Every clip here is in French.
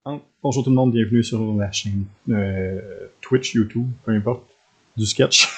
Bonjour tout le monde, bienvenue sur la chaîne Twitch, YouTube, peu importe, du sketch.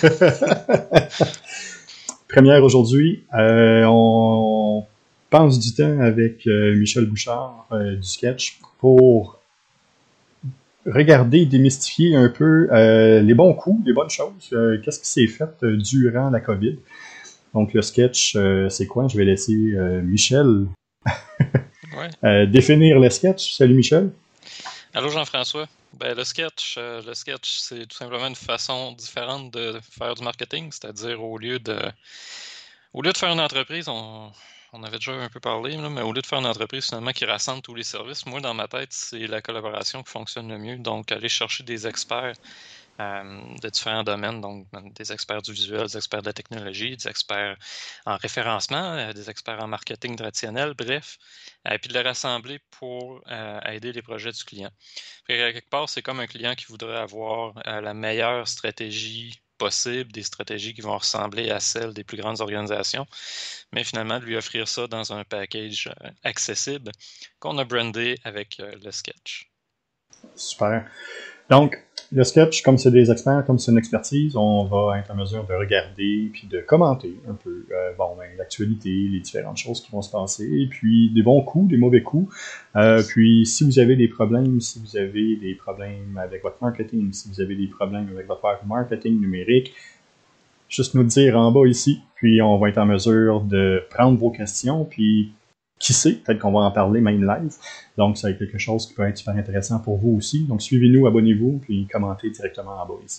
Première aujourd'hui, on passe du temps avec Michel Bouchard du sketch pour regarder, démystifier un peu les bons coups, les bonnes choses, qu'est-ce qui s'est fait durant la COVID. Donc le sketch, c'est quoi? Je vais laisser Michel définir le sketch. Salut Michel. Allô Jean-François. Le sketch, c'est tout simplement une façon différente de faire du marketing, c'est-à-dire au lieu de faire une entreprise, on avait déjà un peu parlé, là, mais au lieu de faire une entreprise finalement qui rassemble tous les services, moi dans ma tête, c'est la collaboration qui fonctionne le mieux. Donc aller chercher des experts de différents domaines, donc des experts du visuel, des experts de la technologie, des experts en référencement, des experts en marketing traditionnel, bref, puis de les rassembler pour aider les projets du client. Puis, quelque part, c'est comme un client qui voudrait avoir la meilleure stratégie possible, des stratégies qui vont ressembler à celles des plus grandes organisations, mais finalement de lui offrir ça dans un package accessible qu'on a brandé avec le sketch. Super. Donc, le sketch, comme c'est des experts, comme c'est une expertise, on va être en mesure de regarder puis de commenter un peu l'actualité, les différentes choses qui vont se passer, et puis des bons coups, des mauvais coups. Puis si vous avez des problèmes, avec votre marketing, si vous avez des problèmes avec votre marketing numérique, juste nous dire en bas ici, puis on va être en mesure de prendre vos questions, puis qui sait, peut-être qu'on va en parler même live. Donc, c'est quelque chose qui peut être super intéressant pour vous aussi. Donc, suivez-nous, abonnez-vous, puis commentez directement en bas ici.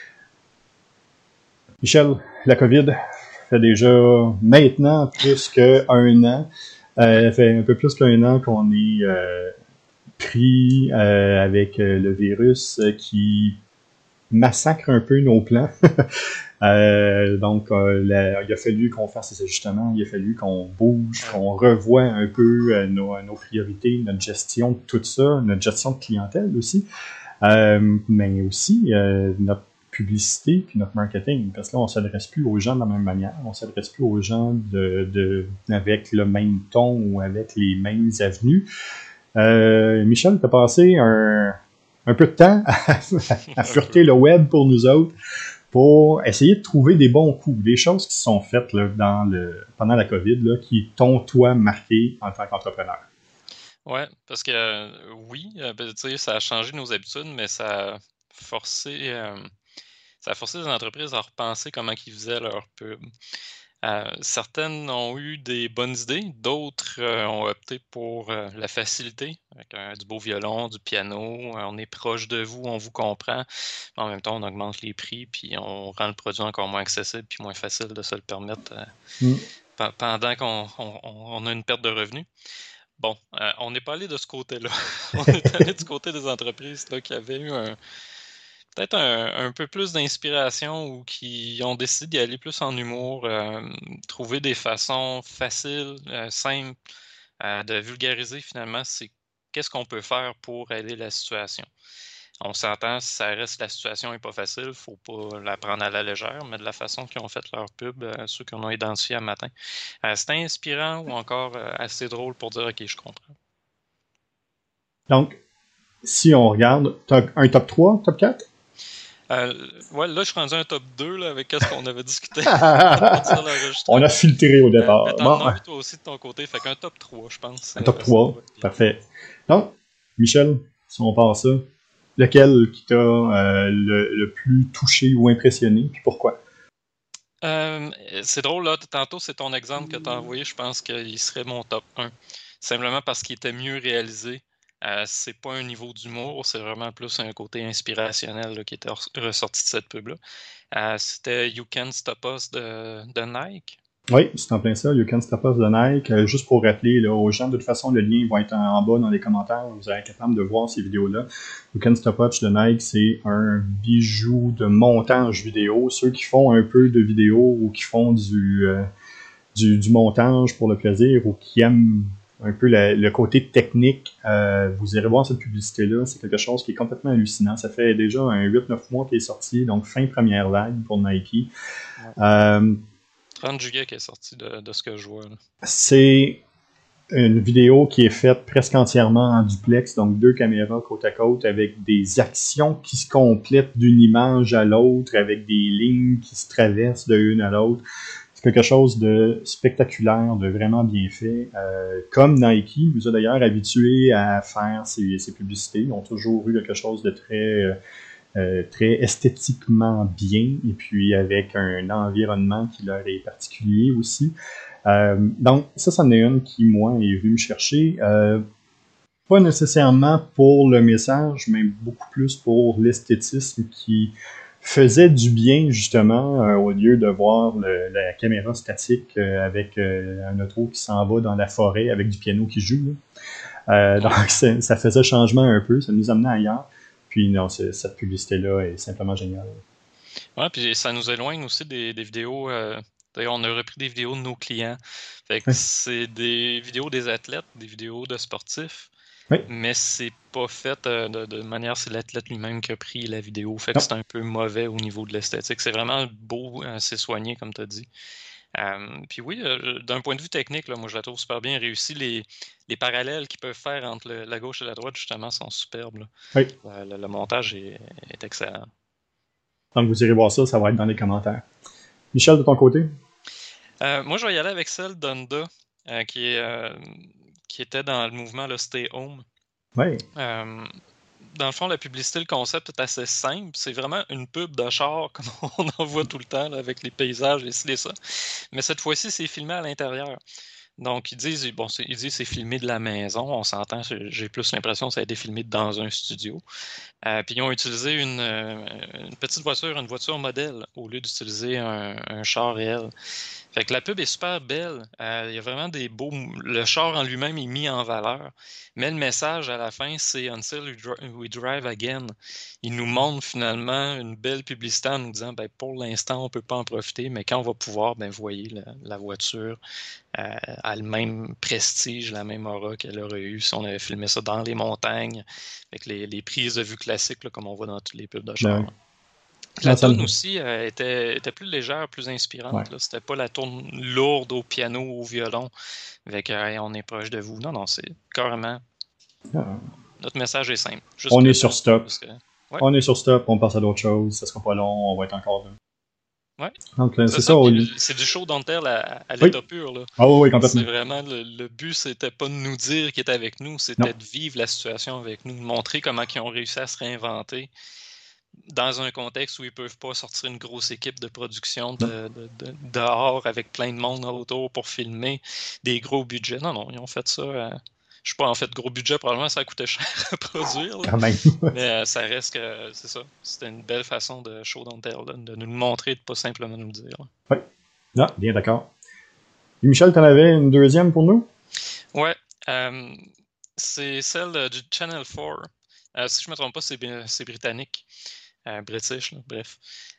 Michel, la COVID fait déjà maintenant plus qu'un an. Fait un peu plus qu'un an qu'on est pris avec le virus qui massacre un peu nos plans. Donc, il a fallu qu'on fasse ces ajustements, il a fallu qu'on bouge, qu'on revoie un peu nos priorités, notre gestion de tout ça, notre gestion de clientèle aussi, mais aussi notre publicité puis notre marketing, parce que là, on s'adresse plus aux gens de la même manière, on s'adresse plus aux gens avec le même ton ou avec les mêmes avenues. Michel, t'as passé un peu de temps à fureter le web pour nous autres, pour essayer de trouver des bons coups, des choses qui sont faites là, pendant la COVID là, qui t'ont, toi, marqué en tant qu'entrepreneur. Oui, parce que ça a changé nos habitudes, mais ça a forcé les entreprises à repenser comment ils faisaient leur pub. Certaines ont eu des bonnes idées, d'autres ont opté pour la facilité, avec du beau violon, du piano, on est proche de vous, on vous comprend. En même temps, on augmente les prix, puis on rend le produit encore moins accessible, puis moins facile de se le permettre pendant qu'on a une perte de revenus. Bon, on n'est pas allé de ce côté-là. On est allé du côté des entreprises là, qui avaient eu peut-être un peu plus d'inspiration ou qui ont décidé d'y aller plus en humour, trouver des façons faciles, simples, de vulgariser finalement qu'est-ce qu'on peut faire pour aider la situation. On s'entend, si ça reste la situation n'est pas facile, il ne faut pas la prendre à la légère, mais de la façon qu'ils ont fait leur pub, ceux qu'on a identifiés à matin. C'était inspirant ou encore assez drôle pour dire « Ok, je comprends ». Donc, si on regarde, un top 3, top 4? Là, je suis rendu un top 2 là, avec ce qu'on avait discuté. On a filtré au départ. Mais t'en as eu toi aussi de ton côté, fait qu'un top 3, je pense. Un top 3, parfait. Donc, Michel, si on part ça, lequel qui t'a le plus touché ou impressionné, puis pourquoi? C'est drôle, là, tantôt c'est ton exemple que tu as envoyé, je pense qu'il serait mon top 1. Simplement parce qu'il était mieux réalisé. C'est pas un niveau d'humour, c'est vraiment plus un côté inspirationnel là, qui était ressorti de cette pub-là. C'était You Can't Stop Us de Nike. Oui, c'est en plein ça, You Can't Stop Us de Nike. Juste pour rappeler là, aux gens, de toute façon, le lien va être en bas dans les commentaires. Vous allez être capable de voir ces vidéos-là. You Can't Stop Us de Nike, c'est un bijou de montage vidéo. Ceux qui font un peu de vidéo ou qui font du montage pour le plaisir ou qui aiment un peu le côté technique, vous irez voir cette publicité-là. C'est quelque chose qui est complètement hallucinant. Ça fait déjà un 8-9 mois qu'il est sorti, donc fin première vague pour Nike. Ouais. 30 juillet qui est sorti de ce que je vois. Là. C'est une vidéo qui est faite presque entièrement en duplex, donc 2 caméras côte à côte avec des actions qui se complètent d'une image à l'autre, avec des lignes qui se traversent de l'une à l'autre. C'est quelque chose de spectaculaire, de vraiment bien fait. Comme Nike nous a d'ailleurs habitués à faire ces publicités, ils ont toujours eu quelque chose de très esthétiquement bien, et puis avec un environnement qui leur est particulier aussi. Donc, ça, c'en est une qui, moi, est venue me chercher. Pas nécessairement pour le message, mais beaucoup plus pour l'esthétisme qui faisait du bien, justement, au lieu de voir la caméra statique avec un auto qui s'en va dans la forêt avec du piano qui joue. Donc, ça faisait changement un peu, ça nous amenait ailleurs. Puis non, cette publicité-là est simplement géniale. Ouais, puis ça nous éloigne aussi des vidéos. D'ailleurs, on a repris des vidéos de nos clients. Fait que Oui. c'est des vidéos des athlètes, des vidéos de sportifs. Oui. Mais c'est pas fait de manière, c'est l'athlète lui-même qui a pris la vidéo. Fait que Non. c'est un peu mauvais au niveau de l'esthétique. C'est vraiment beau, c'est soigné, comme tu as dit. Puis oui, d'un point de vue technique, là, moi je la trouve super bien réussie. Les parallèles qu'ils peuvent faire entre la gauche et la droite, justement, sont superbes. Là. Oui. Le montage est excellent. Donc, vous irez voir ça, ça va être dans les commentaires. Michel, de ton côté? Moi, je vais y aller avec celle d'Honda, qui était dans le mouvement le Stay Home. Oui. Dans le fond, la publicité, le concept est assez simple. C'est vraiment une pub de char, comme on en voit tout le temps, là, avec les paysages, les ci, et ça. Mais cette fois-ci, c'est filmé à l'intérieur. Donc, ils disent, bon, c'est filmé de la maison. On s'entend, j'ai plus l'impression que ça a été filmé dans un studio. Puis ils ont utilisé une petite voiture, une voiture modèle, au lieu d'utiliser un char réel. Fait que la pub est super belle. Il y a vraiment des beaux. Le char en lui-même est mis en valeur. Mais le message à la fin, c'est Until we drive again. Il nous montre finalement une belle publicité en nous disant ben, pour l'instant, on ne peut pas en profiter, mais quand on va pouvoir, ben, vous voyez, la voiture a le même prestige, la même aura qu'elle aurait eu si on avait filmé ça dans les montagnes, avec les prises de vue classiques, là, comme on voit dans toutes les pubs de char. La tourne aussi était plus légère, plus inspirante. Ouais. C'était pas la tourne lourde au piano ou au violon, avec on est proche de vous. Non, c'est carrément. Notre message est simple. Juste on est sur stop. Ouais. On est sur stop, on passe à d'autres choses, ça sera pas long, on va être encore là. Ouais. Donc, c'est ça. C'est du show don't tell à l'état pur. Là. Ah oui, complètement. C'est vraiment le but, c'était pas de nous dire qu'ils étaient avec nous, c'était de vivre la situation avec nous, de montrer comment ils ont réussi à se réinventer dans un contexte où ils peuvent pas sortir une grosse équipe de production dehors avec plein de monde autour pour filmer des gros budgets. Non, ils ont fait ça. Je sais pas, en fait, gros budget, probablement ça coûtait cher à produire. Là. Quand même. Mais ça reste que, c'est ça. C'était une belle façon de show don't tell, de nous le montrer, de pas simplement nous le dire. Là. Oui. Ah, bien d'accord. Et Michel, t'en avais une deuxième pour nous? Ouais. C'est celle du Channel 4. Si je me trompe pas, c'est britannique. British, là, bref.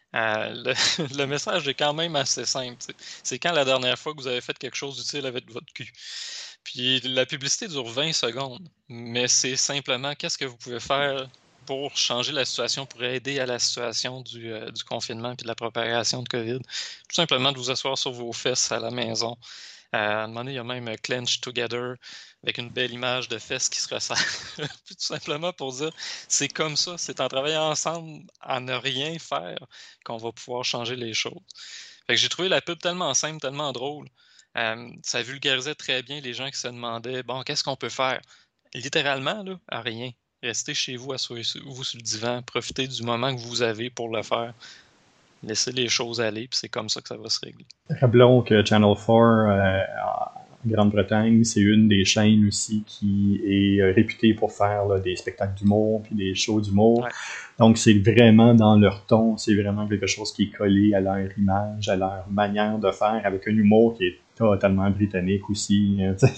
Le message est quand même assez simple. T'sais. C'est quand la dernière fois que vous avez fait quelque chose d'utile avec votre cul. Puis la publicité dure 20 secondes, mais c'est simplement qu'est-ce que vous pouvez faire pour changer la situation, pour aider à la situation du confinement et de la propagation de COVID. Tout simplement de vous asseoir sur vos fesses à la maison. À un moment donné, il y a même Clench Together avec une belle image de fesses qui se resserrent. Tout simplement pour dire, c'est comme ça, c'est en travaillant ensemble, à ne rien faire, qu'on va pouvoir changer les choses. Fait que j'ai trouvé la pub tellement simple, tellement drôle. Ça vulgarisait très bien les gens qui se demandaient, bon, qu'est-ce qu'on peut faire? Littéralement, là, à rien. Restez chez vous, asseyez-vous sur le divan, profitez du moment que vous avez pour le faire. Laissez les choses aller, puis c'est comme ça que ça va se régler. Rappelons que Channel 4 en Grande-Bretagne, c'est une des chaînes aussi qui est réputée pour faire là, des spectacles d'humour puis des shows d'humour. Ouais. Donc c'est vraiment dans leur ton, c'est vraiment quelque chose qui est collé à leur image, à leur manière de faire, avec un humour qui est totalement britannique aussi.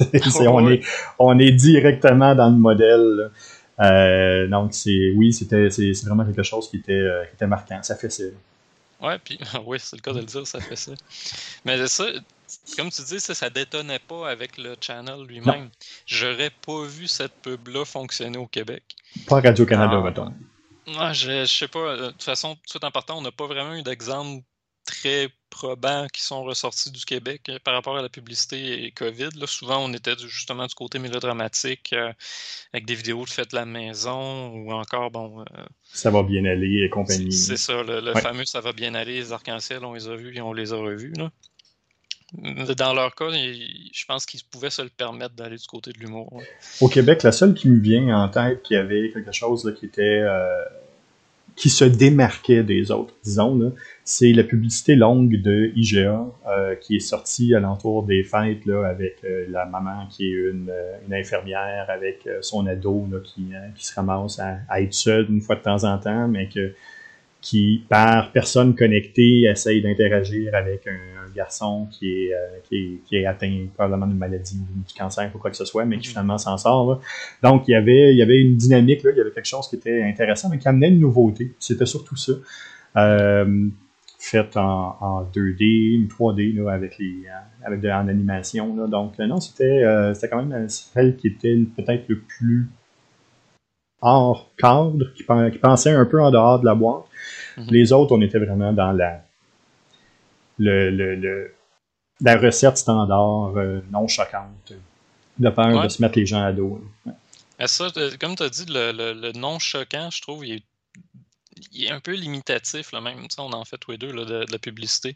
On est directement dans le modèle. Donc c'est vraiment quelque chose qui était marquant. Ça fait ça. Ouais, puis oui, c'est le cas de le dire, ça fait ça. Mais ça, comme tu dis, ça détonnait pas avec le channel lui-même. J'aurais pas vu cette pub-là fonctionner au Québec. Pas Radio-Canada, mettons. Ouais, je sais pas. De toute façon, tout en partant, on n'a pas vraiment eu d'exemple très probants qui sont ressortis du Québec par rapport à la publicité et COVID. Là, souvent, on était justement du côté mélodramatique avec des vidéos de faites de la maison ou encore, Ça va bien aller et compagnie. c'est ça, le Ouais. fameux ça va bien aller, les arcs-en-ciel, on les a vus et on les a revus. Là. Dans leur cas, je pense qu'ils pouvaient se le permettre d'aller du côté de l'humour. Là. Au Québec, la seule qui me vient en tête qui avait quelque chose là, qui se démarquait des autres, disons, là, c'est la publicité longue de IGA qui est sortie alentour des fêtes là, avec la maman qui est une infirmière avec son ado là, qui se ramasse à être seule une fois de temps en temps, mais qui, par personne connectée, essaye d'interagir avec un garçon qui est atteint probablement d'une maladie, du cancer ou quoi que ce soit, mais qui finalement s'en sort. Là. Donc, il y avait une dynamique, là, il y avait quelque chose qui était intéressant, mais qui amenait une nouveauté. C'était surtout ça. Fait en 2D, une 3D, là, en animation. Là. Donc, non, c'était quand même celle qui était peut-être le plus hors cadre, qui pensait un peu en dehors de la boîte. Les autres, on était vraiment dans la recette standard, non choquante, de peur de se mettre les gens à dos. Ça, comme tu as dit, le non choquant, je trouve, il est un peu limitatif, là, même. On en fait tous les deux là, de la publicité.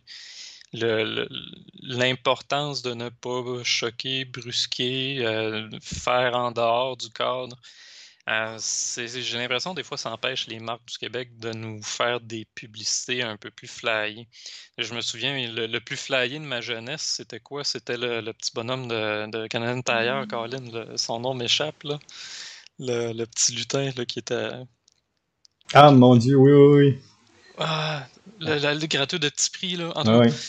L'importance de ne pas choquer, brusquer, faire en dehors du cadre. J'ai l'impression des fois ça empêche les marques du Québec de nous faire des publicités un peu plus flyées. Je me souviens, le plus flyé de ma jeunesse, c'était quoi? C'était le petit bonhomme de Canadian Tire, Colin, son nom m'échappe, là. Le petit lutin là, qui était... Ah mon Dieu, oui, oui, oui. Ah, le gratuit de petit prix, là. En tout cas,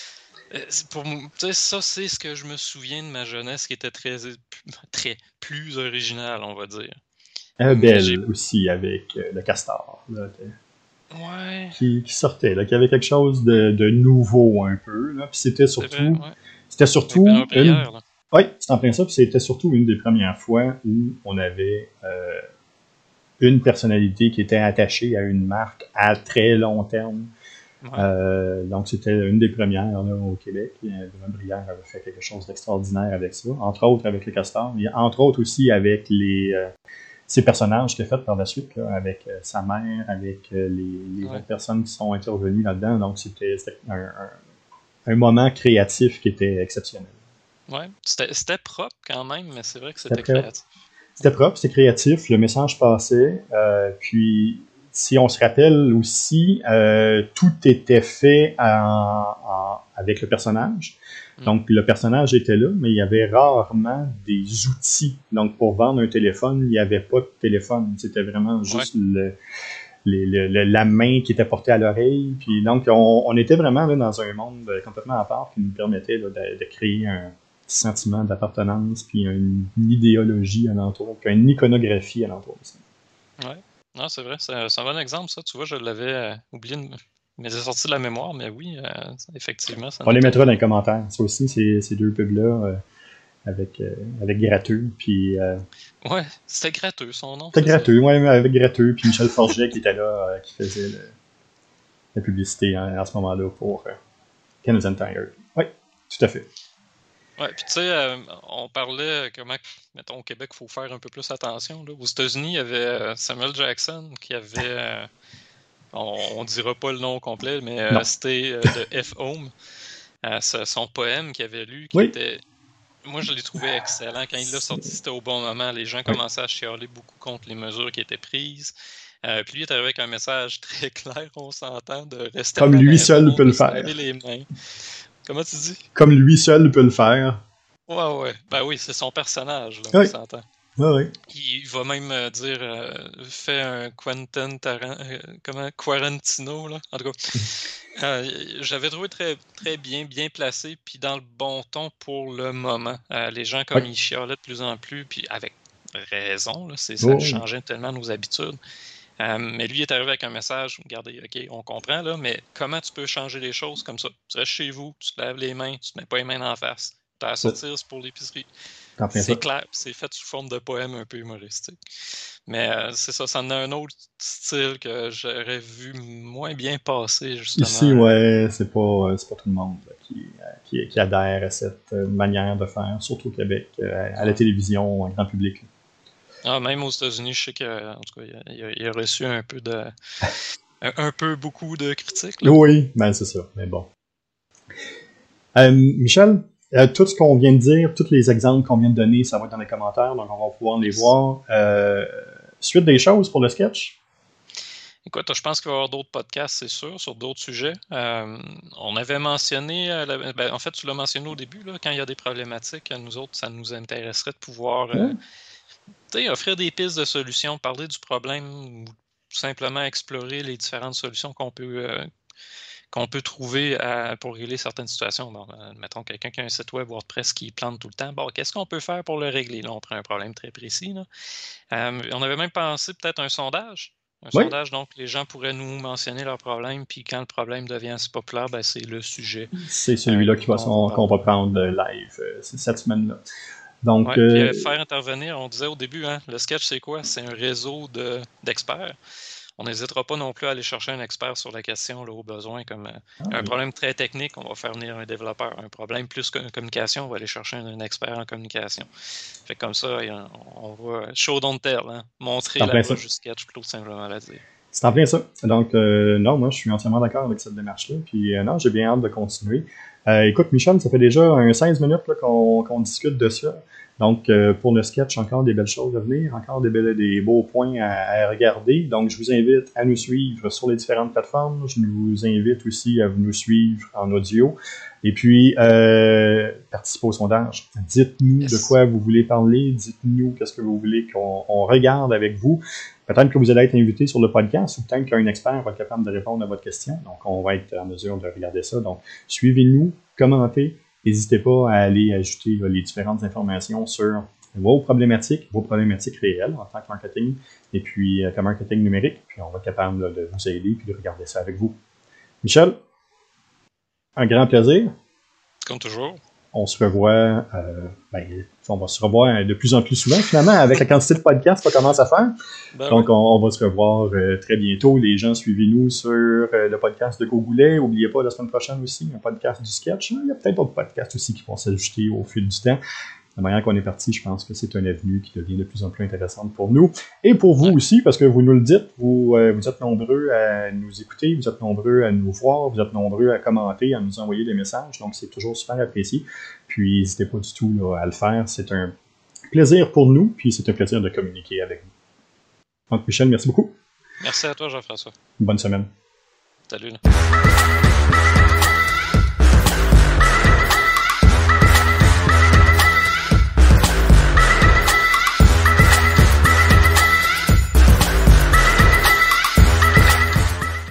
ça, c'est ce que je me souviens de ma jeunesse qui était très plus original, on va dire. Belle aussi avec le castor. Là, qui sortait, là, qui avait quelque chose de nouveau un peu. Là, puis c'était surtout une... Oui, c'est en plein ça. Puis c'était surtout une des premières fois où on avait une personnalité qui était attachée à une marque à très long terme. Donc c'était une des premières là, au Québec. Bruno Brière avait fait quelque chose d'extraordinaire avec ça, entre autres avec le castor, mais entre autres aussi avec ces personnages qu'il a fait par la suite, là, avec sa mère, avec les autres personnes qui sont intervenues là-dedans. Donc c'était un moment créatif qui était exceptionnel. Ouais, c'était propre quand même, mais c'est vrai que c'était créatif. C'était propre, c'était créatif, le message passait, puis si on se rappelle aussi, tout était fait avec le personnage. Donc, le personnage était là, mais il y avait rarement des outils. Donc, pour vendre un téléphone, il n'y avait pas de téléphone. C'était vraiment juste la main qui était portée à l'oreille. Puis, donc, on était vraiment là, dans un monde complètement à part qui nous permettait là, de créer un sentiment d'appartenance, puis une idéologie alentour, puis une iconographie alentour de ça. Ouais, non, c'est vrai, c'est un bon exemple, ça. Tu vois, je l'avais oublié, mais c'est sorti de la mémoire, mais oui, effectivement. On les mettra dans les commentaires. Ça aussi, ces deux pubs-là, avec Gratteux, puis... Ouais, c'était Gratteux, son nom. C'était Gratteux, ouais, avec Gratteux, puis Michel Forget qui était là, qui faisait la publicité à ce moment-là pour Canadian Tire. Oui, tout à fait. Ouais, puis tu sais, on parlait comment, mettons, au Québec, il faut faire un peu plus attention. Là. Aux États-Unis, il y avait Samuel Jackson qui avait, on dira pas le nom complet, mais c'était de F. Home, son poème qu'il avait lu, qui était, moi je l'ai trouvé excellent. Quand il l'a sorti, c'était au bon moment. Les gens commençaient à chialer beaucoup contre les mesures qui étaient prises. Puis lui est arrivé avec un message très clair, on s'entend, de rester comme lui seul peut le faire. Les mains. Comment tu dis? Comme lui seul peut le faire. Ouais. Ben oui, c'est son personnage, là, on s'entend. Ouais. Il va même dire fais un Quentin Quarantino, là. En tout cas, j'avais trouvé très, très bien placé, puis dans le bon ton pour le moment. Les gens, comme ils chialaient de plus en plus, puis avec raison, là, ça changeait tellement nos habitudes. Mais lui est arrivé avec un message, regardez, OK, on comprend, là, mais comment tu peux changer les choses comme ça? Tu restes chez vous, tu te laves les mains, tu te mets pas les mains en face. Tu as à sortir, c'est pour l'épicerie. C'est clair, c'est fait sous forme de poème un peu humoristique. Mais c'est ça, ça en a un autre style que j'aurais vu moins bien passer, justement. Ici, ouais, c'est pas tout le monde là, qui adhère à cette manière de faire, surtout au Québec, à la télévision, en grand public. Même aux États-Unis, je sais que, en tout cas, il a reçu un peu beaucoup de critiques, là. Oui, ben c'est ça, mais bon. Michel, tout ce qu'on vient de dire, tous les exemples qu'on vient de donner, ça va être dans les commentaires, donc on va pouvoir les voir. Suite des choses pour le sketch? Écoute, je pense qu'il va y avoir d'autres podcasts, c'est sûr, sur d'autres sujets. On avait mentionné, en fait, tu l'as mentionné au début, là, quand il y a des problématiques, nous autres, ça nous intéresserait de pouvoir offrir des pistes de solutions, parler du problème ou tout simplement explorer les différentes solutions qu'on peut trouver pour régler certaines situations. Bon, mettons quelqu'un qui a un site web WordPress qui plante tout le temps. Bon, qu'est-ce qu'on peut faire pour le régler? Là, on prend un problème très précis. Là. On avait même pensé peut-être un sondage. Sondage, donc les gens pourraient nous mentionner leurs problèmes, puis quand le problème devient assez populaire, ben, c'est le sujet. C'est celui-là qu'on va prendre live cette semaine-là. Donc, puis faire intervenir, on disait au début, le sketch, c'est quoi? C'est un réseau d'experts. On n'hésitera pas non plus à aller chercher un expert sur la question là, au besoin, comme un problème très technique, on va faire venir un développeur. Un problème plus qu'une communication, on va aller chercher un expert en communication. Fait comme ça, on va show don't tell, montrer la voie du sketch plutôt simplement la dire. C'est en plein ça. Donc, non, moi, je suis entièrement d'accord avec cette démarche-là. Puis, non, j'ai bien hâte de continuer. Écoute, Michel, ça fait déjà 16 minutes là, qu'on discute de ça. Donc, pour le sketch, encore des belles choses à venir, encore des beaux points à regarder. Donc, je vous invite à nous suivre sur les différentes plateformes. Je vous invite aussi à nous suivre en audio. Et puis, participez au sondage. Dites-nous de quoi vous voulez parler. Dites-nous qu'est-ce que vous voulez qu'on regarde avec vous. Peut-être que vous allez être invité sur le podcast ou peut-être qu'un expert va être capable de répondre à votre question. Donc, on va être en mesure de regarder ça. Donc, suivez-nous, commentez. N'hésitez pas à aller ajouter les différentes informations sur vos problématiques réelles en tant que marketing et puis comme marketing numérique. Puis, on va être capable de vous aider puis de regarder ça avec vous. Michel, un grand plaisir. Comme toujours. On se revoit, on va se revoir de plus en plus souvent, finalement, avec la quantité de podcasts qu'on commence à faire. Donc, on va se revoir très bientôt. Les gens, suivez-nous sur le podcast de Gogoulet. N'oubliez pas, la semaine prochaine aussi, un podcast du sketch. Il y a peut-être d'autres podcasts aussi qui vont s'ajouter au fil du temps. La manière qu'on est parti, je pense que c'est une avenue qui devient de plus en plus intéressante pour nous. Et pour vous aussi, parce que vous nous le dites, vous êtes nombreux à nous écouter, vous êtes nombreux à nous voir, vous êtes nombreux à commenter, à nous envoyer des messages. Donc, c'est toujours super apprécié. Puis, n'hésitez pas du tout là, à le faire. C'est un plaisir pour nous, puis c'est un plaisir de communiquer avec vous. Donc, Michel, merci beaucoup. Merci à toi, Jean-François. Bonne semaine. Salut. Là.